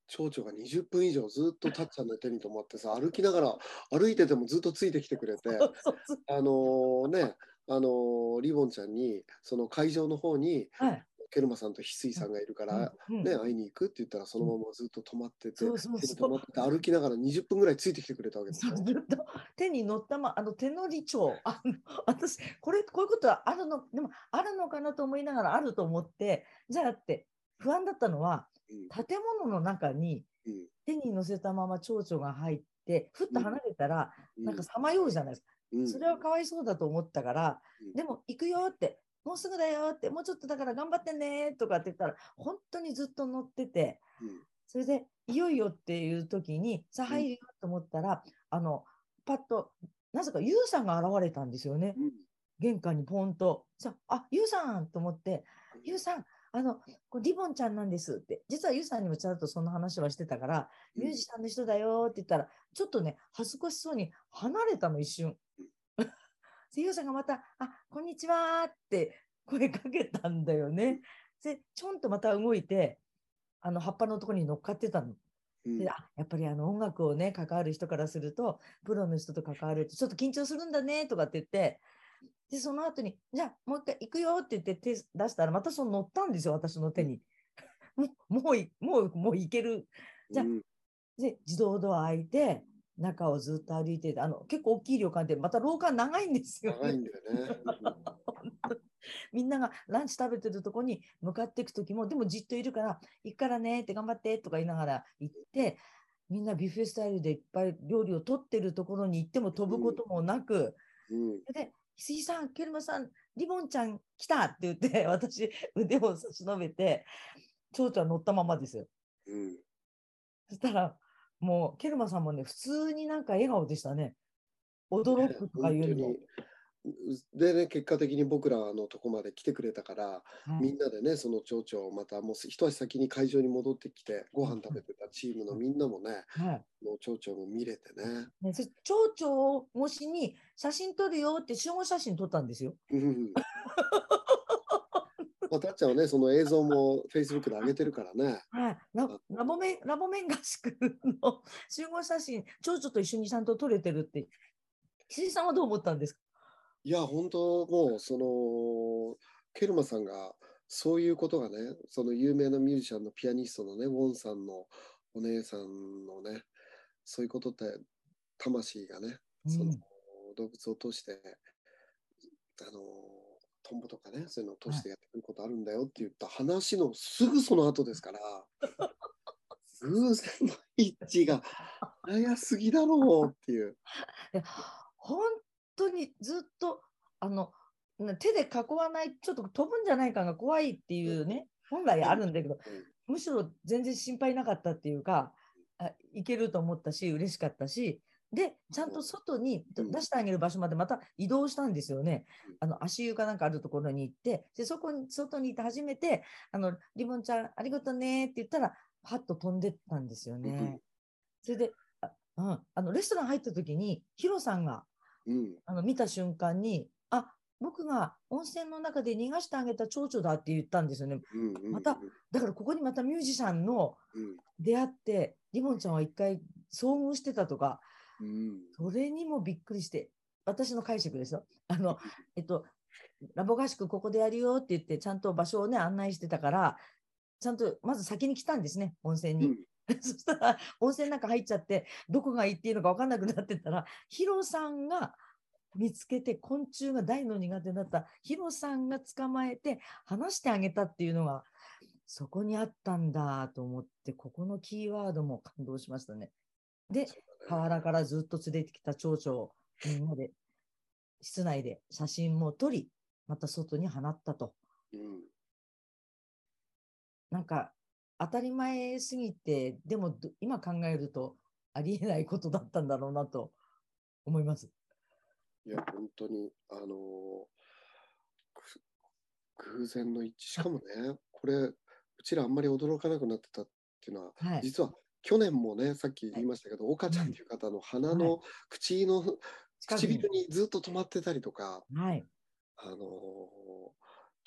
蝶々が20分以上ずっとたっちゃんの手に止まってさ、歩きながら、歩いててもずっとついてきてくれて、ね、リボンちゃんに、その会場の方に、 はい。 ケルマさんと翡翠さんがいるから、 うんね、会いに行くって言ったら、そのままずっと止まってて、 そうそう手にそう。 止まってて、歩きながら20分ぐらいついてきてくれたわけでしそうょ。 ずっと手に乗った手乗り帳、私、こういうことはあるの、でもあるのかなと思いながらあると思って、じゃあって不安だったのは、 うん建物の中にうん手に乗せたまま蝶々が入って、ふっと離れたら、なんかうんさまようじゃないですか。 うんそれはかわいそうだと思ったから、 うんでも行くよって、もうすぐだよって、もうちょっとだから頑張ってねとかって言ったら、本当にずっと乗ってて、 うんそれでいよいよっていう時に、さあうん入るよと思ったら、パッと、なぜかユウさんが現れたんですよね。 うん玄関にポンと。ユウさんと思って、ユウさん、これリボンちゃんなんですって。実はユウさんにもちゃんとその話はしてたから、 うんミュージシャンの人だよって言ったら、ちょっとね、恥ずかしそうに離れたの、一瞬。で、ユウさんがまた、こんにちはって声かけたんだよね。で、ちょんとまた動いて、葉っぱのところに乗っかってたの。で、やっぱり音楽をね、関わる人からすると、プロの人と関わると、ちょっと緊張するんだねとかって言って、で、その後に、じゃあもう一回行くよって言って手出したら、またその乗ったんですよ、私の手に。もう行ける。じゃあ、で、自動ドア開いて、中をずっと歩いてて、結構大きい旅館で、また廊下長いんですよね。 長いんだよね。 みんながランチ食べてるとこに向かっていく時も、でもじっといるから、行くからねって頑張ってとか言いながら行って、みんなビュッフェスタイルでいっぱい料理を取ってるところに行っても飛ぶこともなく、で、石井さん、ケルマさん、リボンちゃん来たって言って、私、腕を差し伸べて、蝶々は乗ったままですよ。そしたら、もう、ケルマさんもね、普通になんか笑顔でしたね。驚くとかいうよりも。 本当に。でね、結果的に僕らのとこまで来てくれたから、 はい。 みんなでね、その町長をまたもう一足先に会場に戻ってきて、ご飯食べてたチームのみんなもね、 はい。 もう町長も見れてね。 ね、蝶々越しに写真撮るよって集合写真撮ったんですよ。 まあ、たっちゃんはね、その映像も Facebook で上げてるからね。 はい、ラボメン合宿の集合写真、蝶々と一緒にちゃんと撮れてるって、石井さんはどう思ったんですか？ いや、本当、もう、ケルマさんが、そういうことがね、その有名なミュージシャンのピアニストのね、ウォンさんのお姉さんのね、そういうことって、魂がね、そのうん。 動物を通して、あの、トンボとかね、そういうのを通はい。 してやってくることあるんだよって言った話のすぐその後ですから、偶然の一致が早すぎだろうっていう。 で本当にずっとあの手で囲わない、ちょっと飛ぶんじゃないかが怖いっていうね、本来あるんだけど、むしろ全然心配なかったっていうか、いけると思ったし、嬉しかったし、で、ちゃんと外に出してあげる場所までまた移動したんですよね。足湯かなんかあるところに行って、で、そこに、外に行って初めて、リボンちゃん、ありがとうねって言ったら、はっと飛んでったんですよね。それで、レストラン入った時に、ヒロさんが見た瞬間に、僕が温泉の中で逃がしてあげた蝶々だって言ったんですよね。また、だからここにまたミュージシャンの出会って、リボンちゃんは一回遭遇してたとか、それにもびっくりして、私の解釈ですよ。ラボ合宿ここでやるよって言って、ちゃんと場所をね、案内してたから、ちゃんとまず先に来たんですね、温泉に。そしたら、温泉なんか入っちゃって、どこがいいっていうのか分かんなくなってたら、ヒロさんが見つけて、昆虫が大の苦手だったヒロさんが捕まえて、話してあげたっていうのが、そこにあったんだと思って、ここのキーワードも感動しましたね。で、河原からずっと連れてきた蝶々をみんなで室内で写真も撮り、また外に放ったと。なんか当たり前すぎて、でも今考えるとありえないことだったんだろうなと思います。 いや、本当に、偶然の一致。しかもね、これ、うちらあんまり驚かなくなってたっていうのは、 はい。 実は去年もね、さっきはい。 言いましたけど、岡ちゃんっていう方の鼻はい。 の口の近くに。 唇にずっと止まってたりとか、 はい。 あの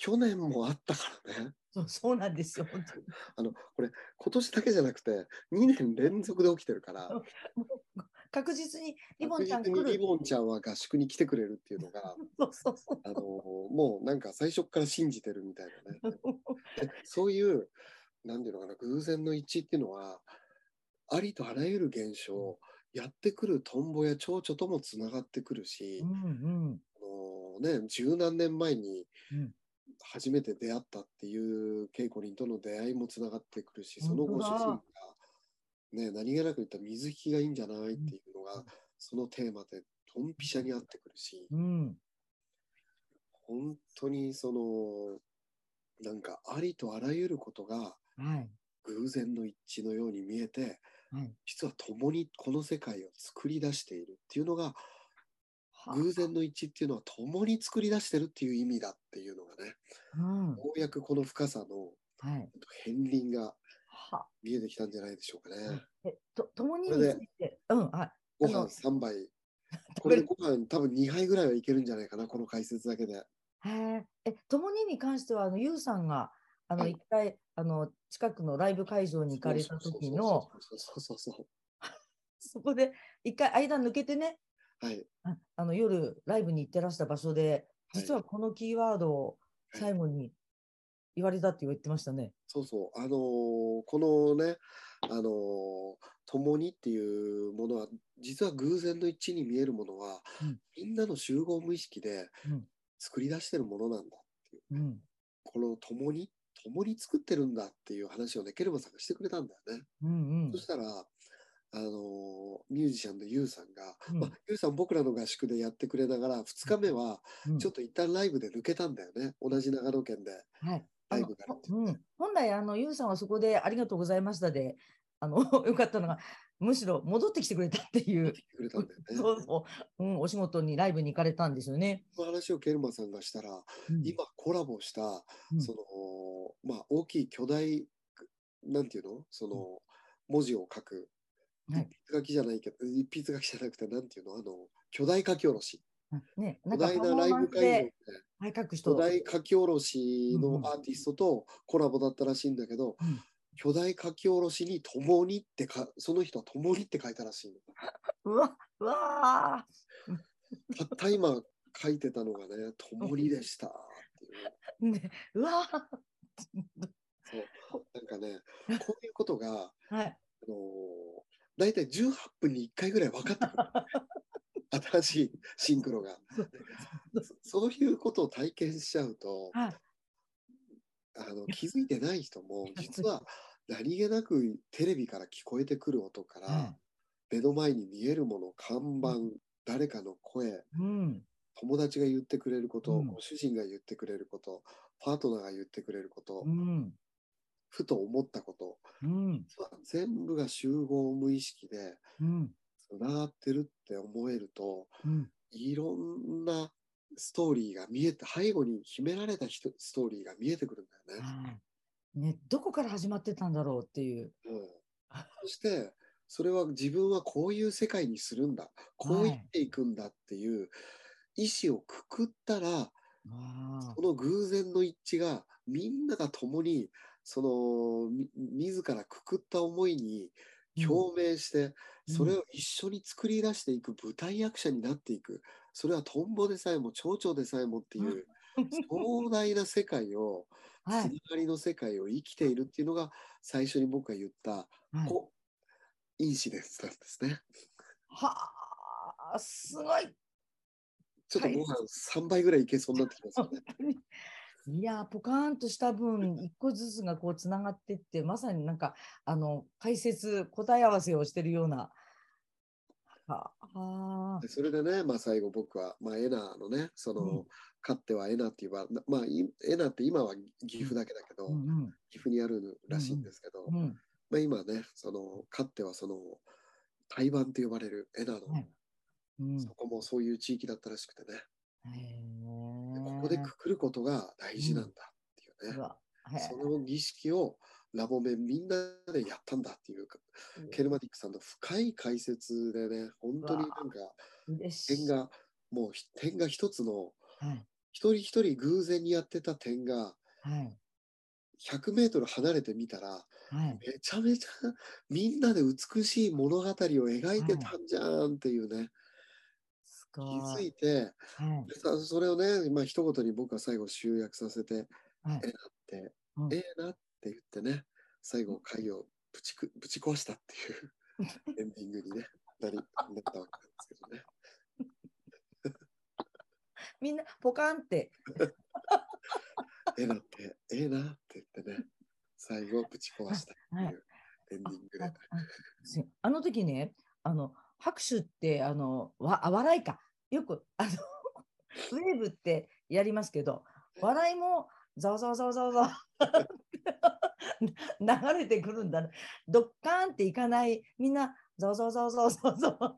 去年もあったからね。 そうなんですよ、本当に。 これ、今年だけじゃなくて、2年連続で起きてるから、 もう確実にリボンちゃん確実に来る。 リボンちゃんは合宿に来てくれるっていうのが、 そうそうそうもうなんか最初から信じてるみたいなね。で、そういう、なんていうのかな、偶然の一致っていうのは、ありとあらゆる現象、やってくるトンボや蝶々ともつながってくるし、 うんうん十何年前にうん初めて出会ったっていうケイコリンとの出会いもつながってくるし、そ本当のご主人だ。 が、ね、何気なく言った水引きがいいんじゃないっうんていうのが、そのテーマでドンピシャに合ってくるし、 うん本当になんかありとあらゆることがはい偶然の一致のように見えて、 はい実は共にこの世界を作り出しているっていうのが、 は偶然の一致っていうのは共に作り出してるっていう意味だっていうのがね、 うんようやくこの深さのはい片鱗がは見えてきたんじゃないでしょうかね。 共ににつこれでいてご飯3杯、これで食べる。 ご飯多分2杯ぐらいはいけるんじゃないかな、この解説だけで。 共にに関しては、ユウさんが、 はい。 一回、近くのライブ会場に行かそうそうれたそうそうそう時の、 そうそうそう。 そこで、一回間抜けてね、 はい。 夜、ライブに行ってらした場所で、 はい。 実はこのキーワードをはい。 最後に言われたって言ってましたね。 そうそう。このね、あのー共にっていうものは、実は偶然の一致に見えるものは、 うんみんなの集合無意識でうん作り出してるものなんだっていう。 うんこの共に作ってるんだっていう話をね、ケルマさんがしてくれたんだよね。 うんそしたら、ミュージシャンのユウさんが、 うんユウさん僕らの合宿でやってくれながら、2日目はうんちょっと一旦ライブで抜けたんだよね。同じ長野県ではい。 ライブがあるって言って。 本来、ユウさんはそこでありがとうございましたで、よかったのが、むしろ戻ってきてくれたっていう、 来てくれたんだよね。 そうそう、お仕事にライブに行かれたんですよね。 その話をケルマさんがしたら、 うん今コラボした、 うん大きい巨大、なんていうの文字を書く、一はい。 筆書きじゃないけど、一筆書きじゃなくて、なんていうの巨大書き下ろし。 ね、な巨んかパフォーマ大なライブンスで、 会場で、 はい、書く人。 巨大書き下ろしうんうんのアーティストとコラボだったらしいんだけど、 うん巨大書き下ろしに共にってその人は共にって書いたらしいの。 うわたった今書いてたのがね、共にでしたっていう。 ー、ね、うわそう。 ー、 なんかね、こういうことが、 はい。 のだいたい18分に1回ぐらい分かってくる。新しいシンクロが。 そうでそうそういうことを体験しちゃうと、 はい。 気づいてない人も、実は何気なくテレビから聞こえてくる音から、 はい。 目の前に見えるもの、看板、誰かの声、 うん、 友達が言ってくれること、 うん、 ご主人が言ってくれること、パートナーが言ってくれること、 うん、 ふと思ったこと、 うん、 全部が集合無意識でうん、 つながってるって思えると、 うん。 いろんなストーリーが見えて、背後に秘められたストーリーが見えてくるんだよね。 はい。ね、どこから始まってたんだろうっていう。 うん、そして、それは自分はこういう世界にするんだ、こう生きはい。 ていくんだっていう意思をくくったら、 あその偶然の一致がみんなが共に自らくくった思いにうん、 共鳴して、 うん。 それを一緒に作り出していく舞台役者になっていく。それはトンボでさえも蝶々でさえもっていう壮大な世界を、つなはい。 がりの世界を生きているっていうのが最初に僕が言ったはい。 コインシデンスなんですね。 はあ、すごい。 ちょっとはい。 ご飯3杯ぐらいいけそうになってきますよ本ね。 当に。いやー、ポカーンとした分、一個ずつがこうつながっていって、まさになんか、解説、答え合わせをしてるような。はあ、 でそれでね、最後僕は、エナのね、 うん、 かってはエナっていうエナって今は岐うん、 阜だけだけど、 うん、うん、 岐阜にあるうん、 らしいんですけど、 うん、 今ね、かっては対バンと呼ばれるエナの、 はい、うん。 そこもそういう地域だったらしくてね、 へでここでえ、 くくることが大うん、 事なんだっていうね、 うわ、へえ、 その儀式をラボメンみんなでやったんだっていうか、ケルマティックさんの深い解説でね、本当にうわ、 なんか、 嬉しい。 点が、もう点が一つの、 はい。 一人一人偶然にやってた点が、 はい。 100メートル離れてみたら、 はい。 めちゃめちゃみんなで美しい物語を描いてはい。 たんじゃんっていうね、 すご気づい。 いて、 はい。 でそれをね、まあ一言に僕は最後集約させて、 はい。 えなって、 うん。 なって言ってね、最後回をぶち壊したっていうエンディングにね、なったわけなんですけどね。 みんなポカンって。 なって、なって言ってね、最後ぶち壊はい。 したっはい。 ていうエンディングで。 あの時ね、拍手って、笑いか。よく、ウェーブってやりますけど、笑いもざわざわざわざわざわ流れてくるんだね。ドッカーンっていかない、みんなざわざわざわざわざわざわ。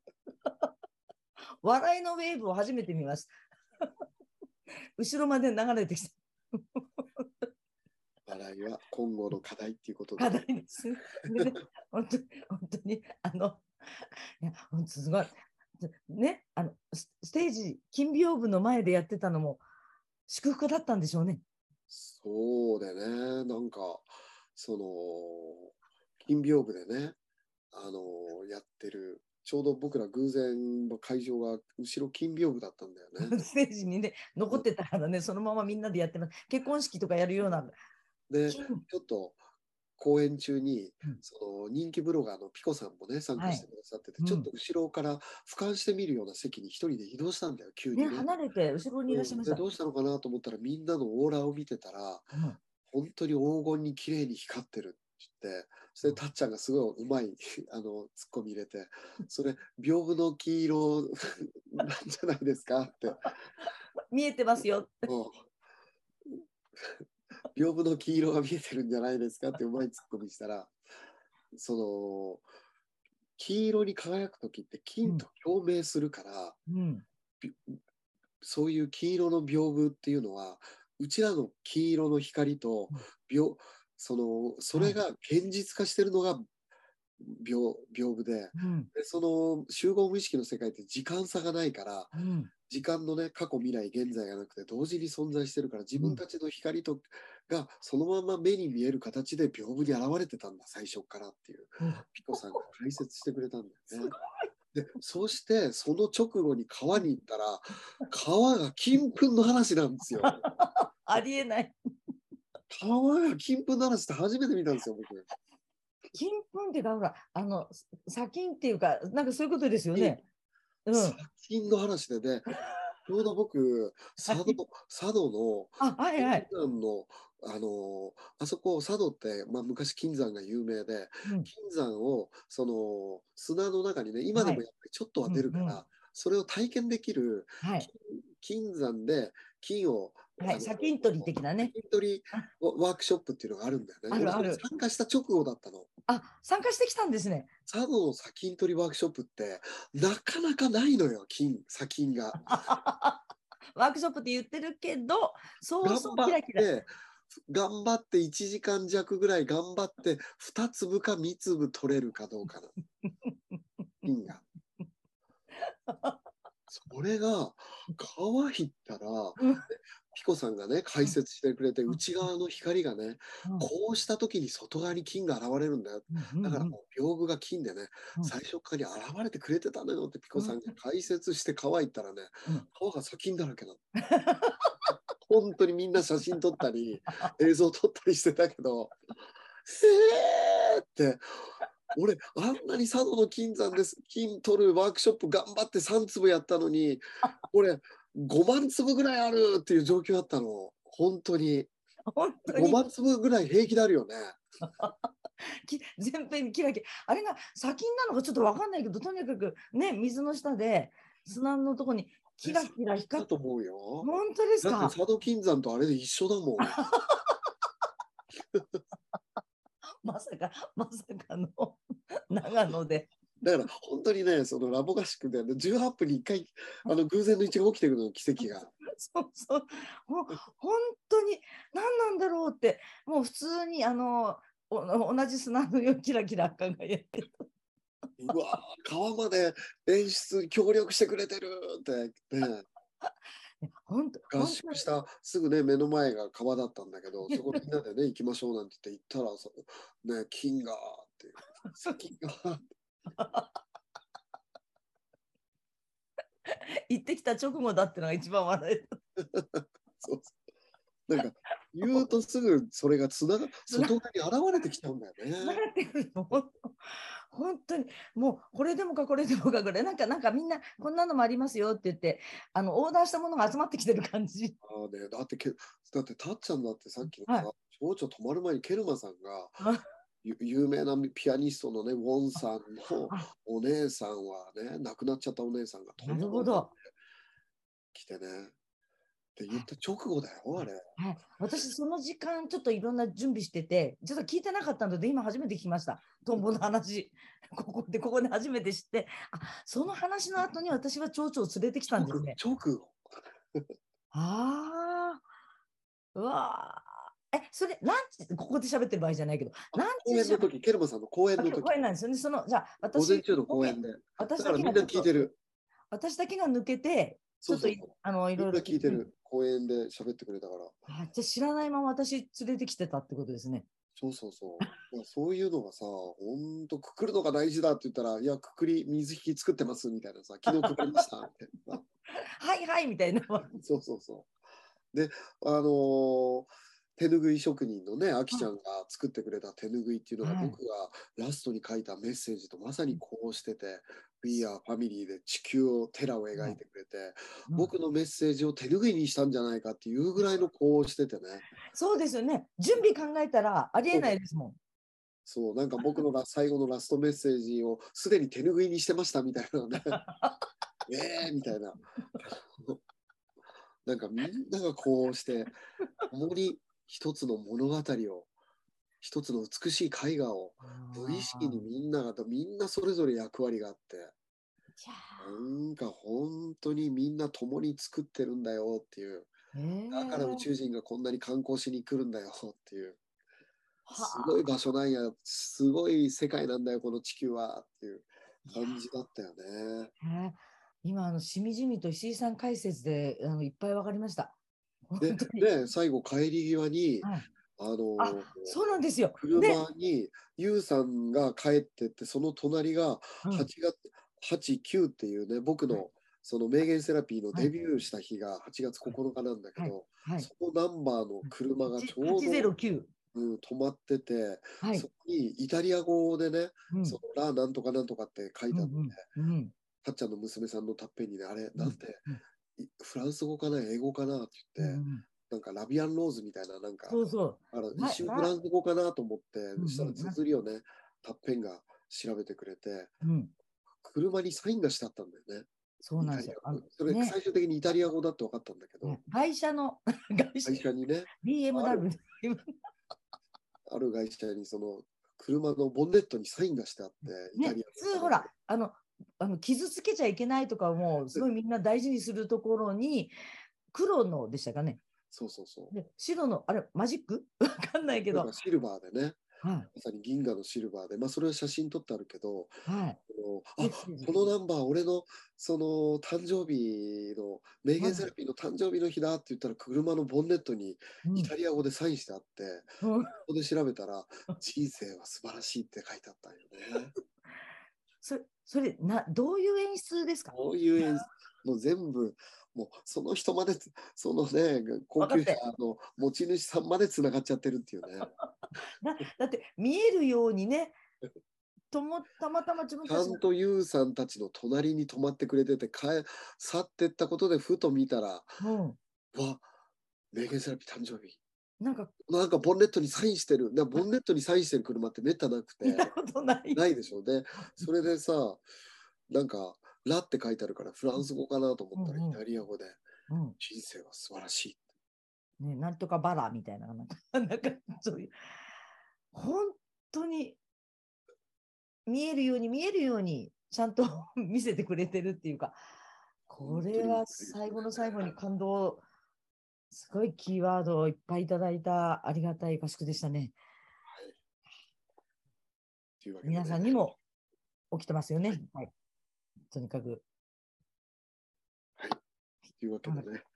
笑いのウェーブを初めて見ます。後ろまで流れてきた。 笑いは今後の課題っていうことで、 課題です。でね、本当に、いや、本当すごい。ね、ステージ、金屏風の前でやってたのも祝福だったんでしょうね。 そうでね、なんか、金屏風でね、やってる、ちょうど僕ら偶然会場が後ろ金屏風だったんだよね。 ステージにね、残ってたからね、そのままみんなでやってます。結婚式とかやるような。 で、 金、 ちょっと公演中に、 うん、 人気ブロガーのピコさんもね、参加してはい。 くださってて、 うん。 ちょっと後ろから俯瞰してみるような席に一人で移動したんだよ、急ね、 にね。 離れて後ろにいらっしゃいましで、 た。 どうしたのかなと思ったら、みんなのオーラを見てたら、 うん。 本当に黄金に綺麗に光ってるって言って、それでたっちゃんがすごいうまいツッコミ入れて、それ、屏風の黄色なんじゃないですかって。 見えてますよ。 もう屏風の黄色が見えてるんじゃないですかってうまいツッコミしたら、その、黄色に輝く時って金と共鳴するから、 うん。 そういう黄色の屏風っていうのは、うちらの黄色の光と屏、そはい。 れが現実化してるのが屏風で、 うん。 でその集合無意識の世界って時間差がないから、 うん。 時間のね、過去、未来、現在がなくて同時に存在してるから、自うん。 分たちの光がそのまま目に見える形で屏風に現れてたんだ、最初からっていう、 うん。 ピコさんが解説してくれたんだよね。 すごい。 で、そしてその直後に川に行ったら、川が金粉の話なんですよ。 ありえない。 川が金粉の話って初めて見たんですよ、僕。 金粉っていうか、ほら、砂金っていうか、なんかそういうことですよね。う砂ん。 金の話でね、ちょうど僕、佐渡のあ、はい金はい。 山の、あそこ、佐渡って、まあ、昔金山が有名で、 うん。 金山を、砂の中にね、今ではい。 もやっぱりちょっとはうん。うん。 出るから、それを体験できるはい。 金山で金を、 はい。砂金取り的なね。 金取りあ、 ワークショップっていうのがあるんだよね。俺、それあるある。 参加した直後だったの。 あ、参加してきたんですね。 佐渡の砂金取りワークショップって、なかなかないのよ、砂金が。 ワークショップって言ってるけど、そうそう頑張キラキラ。 って、1時間弱ぐらい頑張って、2粒か3粒取れるかどうかな、金が。それが、川行ったら、 うん。 ピコさんがね、解うん。 説してくれて、 うん。 内側の光がね、 うん。 こうした時に外側に金が現れるんだよ。 うん。うん。 だからもう屏風が金でね、 うん。 最初から現れてくれてたのよってピコうん。 さんが解説して川行ったらね、 うん。 川が砂金だらけなの。本当にみんな写真撮ったり、映像撮ったりしてたけど、って、俺、あんなに佐渡の金山です。金取るワークショップ頑張って3粒やったのに、俺、5万粒ぐらいあるっていう状況だったの。本当に。 本当に 5万粒ぐらい平気であるよね。 全編にキラキラ。あれが砂金なのかちょっとわかんないけど、とにかくね、水の下で砂のとこにキラキラ光っ、 だと思うよ。 本当ですだってか？ 佐渡金山とあれで一緒だもん。 まさかの長野で。 だから本当にね、そのラボ合宿で18分に1回偶然の一致が起きてくるの、奇跡が。 そうそう。本当に何なんだろうって、もう普通に同じ砂のようキラキラ輝いてた。 うわ、川まで演出協力してくれてるってね。 本当、 合宿したすぐね、目の前が川だったんだけど、そこみんなでね、行きましょうなんて言って行ったら、ね、金がって、金が、 行ってきた直後だってのが一番笑えそうそう。なんか、言うとすぐそれが外側に現れてきちゃうんだよつなね。 がってくるの。本当にもうこれでもかこれでもかこれなんかみんなこんなのもありますよって言ってオーダーしたものが集まってきてる感じ。 ああね、だってたっちゃんだってさっきのはい。 さ、蝶々止まる前にケルマさんが、 あ有名なピアニストのね、ウォンさんのあ、 お姉さんはね、亡くなっちゃったお姉さんがトなンボを持ってるほど。 きてね、って言った直後だよ、あれ。 はい、私その時間ちょっといろんな準備しててちょっと聞いてなかったので今初めて聞きましたトンボの話。ここで初めて知って、その話の後に私は蝶々を連れてきたんですね。 直後。 ああ、うわー、それランチここで喋ってる場合じゃないけどランチじゃ公演の時、ケルマさんの公演の時、 これなんですよね。じゃあ私午前中のだけ公演で。だ私だからみんなけがちょっと聞いてる。 私だけが抜けてちょっとそうそうそう。 いろいろみんな聞いてる。公演で喋ってくれたから。 じゃあ知らないまま私連れてきてたってことですね。 そうそうそう。いやそういうのがさ、ほんとくくるのが大事だって言ったら、いや、くくり、水引き作ってますみたいなさ、昨日くくりましたみたいなさ。 はいはいみたいな。 そうそうそう。で、あのー手ぬぐい職人のね、あきちゃんが作ってくれた手ぬぐいっていうのが、 はい。 僕がラストに書いたメッセージとまさにこうしてて、We are family で地球を、テラを描いてくれて、 うん、 僕のメッセージを手ぬぐいにしたんじゃないかっていうぐらいのこうしててね。 そうですよね。準備考えたらありえないですもん。 そう、なんか僕の最後のラストメッセージをすでに手ぬぐいにしてましたみたいなね。みたいな。なんかみんながこうして、共に一つの物語を、一つの美しい絵画を、無意識にみんなそれぞれ役割があって、 じゃなんか本当にみんな共に作ってるんだよっていう。だから宇宙人がこんなに観光しに来るんだよっていう。すごい場所なんや、すごい世界なんだよ、この地球はっていう感じだったよね。 今しみじみと石井さん解説でいっぱいわかりました。本で、 当に。 ね、最後帰り際に、 はい。 あの、 そうなんですよ。で、 車に、ユウさんが帰ってって、その隣がうん、 8月、8、9っていうね、僕のその名言セラピーのはい、 デビューした日が8月9日なんだけはい、 ど、 はい。 そのナンバーの車がちょうど、 809。 止まってて、 はい。 そこにイタリア語でね、 うん、 ラーなんとかなんとかって書いうん、 てあって、 うん、うん、 かっちゃんの娘さんのたっぺんにね、あれ、 うん、 なんて、 うん、 フランス語かな、英語かなってうん。 言って、 うん、 なんかラビアンローズみたいな、なんか、 そうそう。 一瞬フランス語かなと思っうん、 て、したらうん、 綴りをね、たっぺんが調べてくれて、 うん。 車にサインがしてあったんだよね。イそうなんですよ。 タリア語。それね、 最終的にイタリア語だって分かったんだけど、 会社の、会社、 会社にね、ある、 BMW。 ある会社にその車のボンネットにサインがしてあって、イタね、 リア語で。 普通ほら、傷つけちゃいけないとかもすごいみんな大事にするところに、黒のでしたかね。 そうそうそで、白の、あれ、マジックわかんないけう。なんど、 かシルバーでね、 はまさに銀河のシルバーで、まあそれは写真撮ってあるけど、 い、はい、メッセージ。 このナンバー、俺のその誕生日の、名はい、 言セラピーの誕生日の日だって言ったら、車のボンネットにうん、 イタリア語でサインしてあって、 うん。 ここで調べたら、人生は素晴らしいって書いてあったんよね。 それどういう演出ですか？ こういう演出、もう全部、もうその人まで、そのね、高級車分かって。 の持ち主さんまでつながっちゃってるっていうね。 だって見えるようにね、たまたま自分たちの、 ちゃんとユウさんたちの隣に泊まってくれてて、去ってったことでふと見たら、 うん、 わ、メーゲンセラピー誕生日。 なんかなんかボンネットにサインしてる。ボンネットにサインしてる車ってめったなくて、 見たことない。 ないでしょ。で、それでさ、なんか、ラって書いてあるからフランス語かなと思ったらイうん、うん、 タリア語で、 うん。 人生は素晴らしい。 ね、なんとかバラみたいな、なんかそういう、本当に見えるように見えるように、ちゃんと見せてくれてるっていうか、こ本当にびっれはくりしたね。 最後の最後に感動、すごいキーワードをいっぱいいただいたありがたい合宿でしたね。 はい。というわけで皆さね。 んにも起きてますよはい。 ね。はい。とにかく。 はい。というわけでね。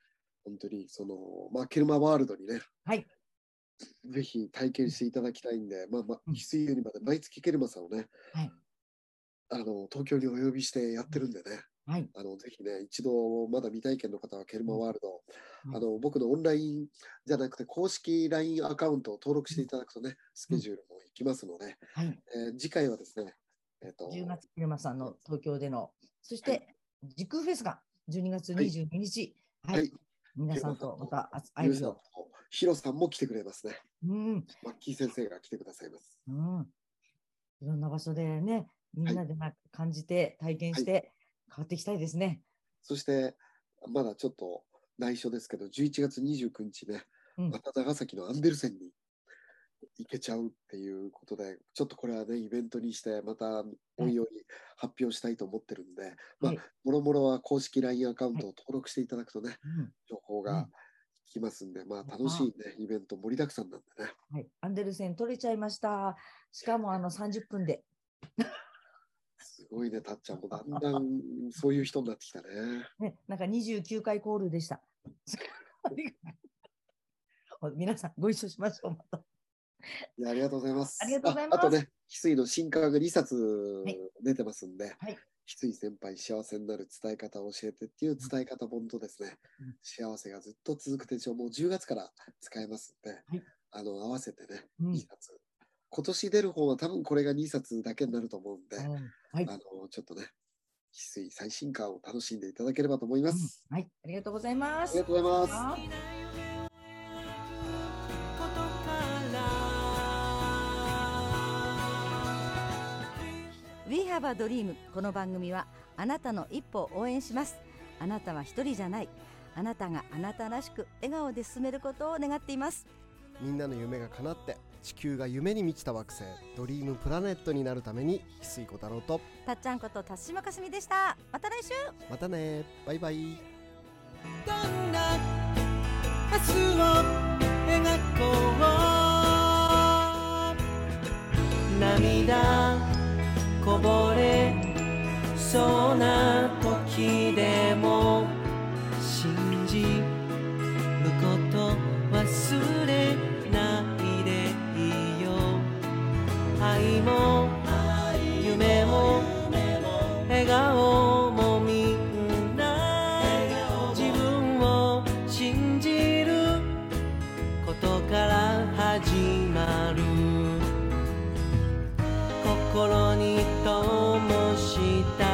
本当にケルマワールドにね、 はい。 ぜひ体験していただきたいんで、 うん翡翠ユニバで毎月ケルマさんをね、 はい。 東京にお呼びしてやってるんでね、 はい。 ぜひね、一度まだ未体験の方はケルマワールド、 はい。 僕のオンラインじゃなくて公式 LINE アカウントを登録していただくとね、スケジュールも行きますので、 はい。 次回はですね、 10月、ケルマさんの東京での、そしはい、 て、時空フェスが12月はい、 22日、ははい、 い。皆ケルさんとまマさんと、 た会えゆうさんとるよヒロさんも来てくれますね。 う。うん。 マッキー先生が来てくださいます。 うん。いろんな場所でね、みはい、 んなで感じて、体験はい。 して変わっていきたいですね。 そして、まだちょっと内緒ですけど、11月29日ね、 うん。 また長崎のアンデルセンに行けちゃうっていうことで、ちょっとこれはね、イベントにして、またおはい。 いおい発表したいと思ってるんで、 はい。 もろもろは公式 LINE アカウンはい。 トを登録していただくとね、 うん。 情報がね。 聞きますんで、楽しあ、 いね、イベント盛りだくさんなんでね。 はい。アンデルセン取れちゃいました。しかも30分で。 すごいね、たっちゃんもだんだんそういう人になってきたね。 ね、なんか29回コールでした。皆さんご一緒しましょう。またいや、ありがとうございまありがす。 とうございます。 あとね、翡翠の新刊が2冊はい。 出てますんで、 はい。 翡翠先輩幸せになる伝え方を教えてっていう伝え方本とですね、 うん幸せがずっと続く手帳もう10月から使えますんで、 はい。 合わせてね、2 うん。 冊。今年出る方は多分これが2冊だけになると思うんで、 はい。 ちょっとね、翡翠最新刊を楽しんでいただければと思いまうん。 す。 はい。ありがとうございます。 ありがとうございます。 あ We have a dream この番組はあなたの一歩を応援します。あなたは一人じゃない。あなたがあなたらしく笑顔で進めることを願っています。 みんなの夢が叶って地球が夢に満ちた惑星ドリームプラネットになるために翡翠小太郎とたっちゃんこと田島かすみでした。また来週。 またね、バイバイ。 どんな明日を描こう。涙こぼれそうな時でも信じること忘れないでいいよ。愛も夢も笑顔もみんな自分を信じることから始まる。心に灯した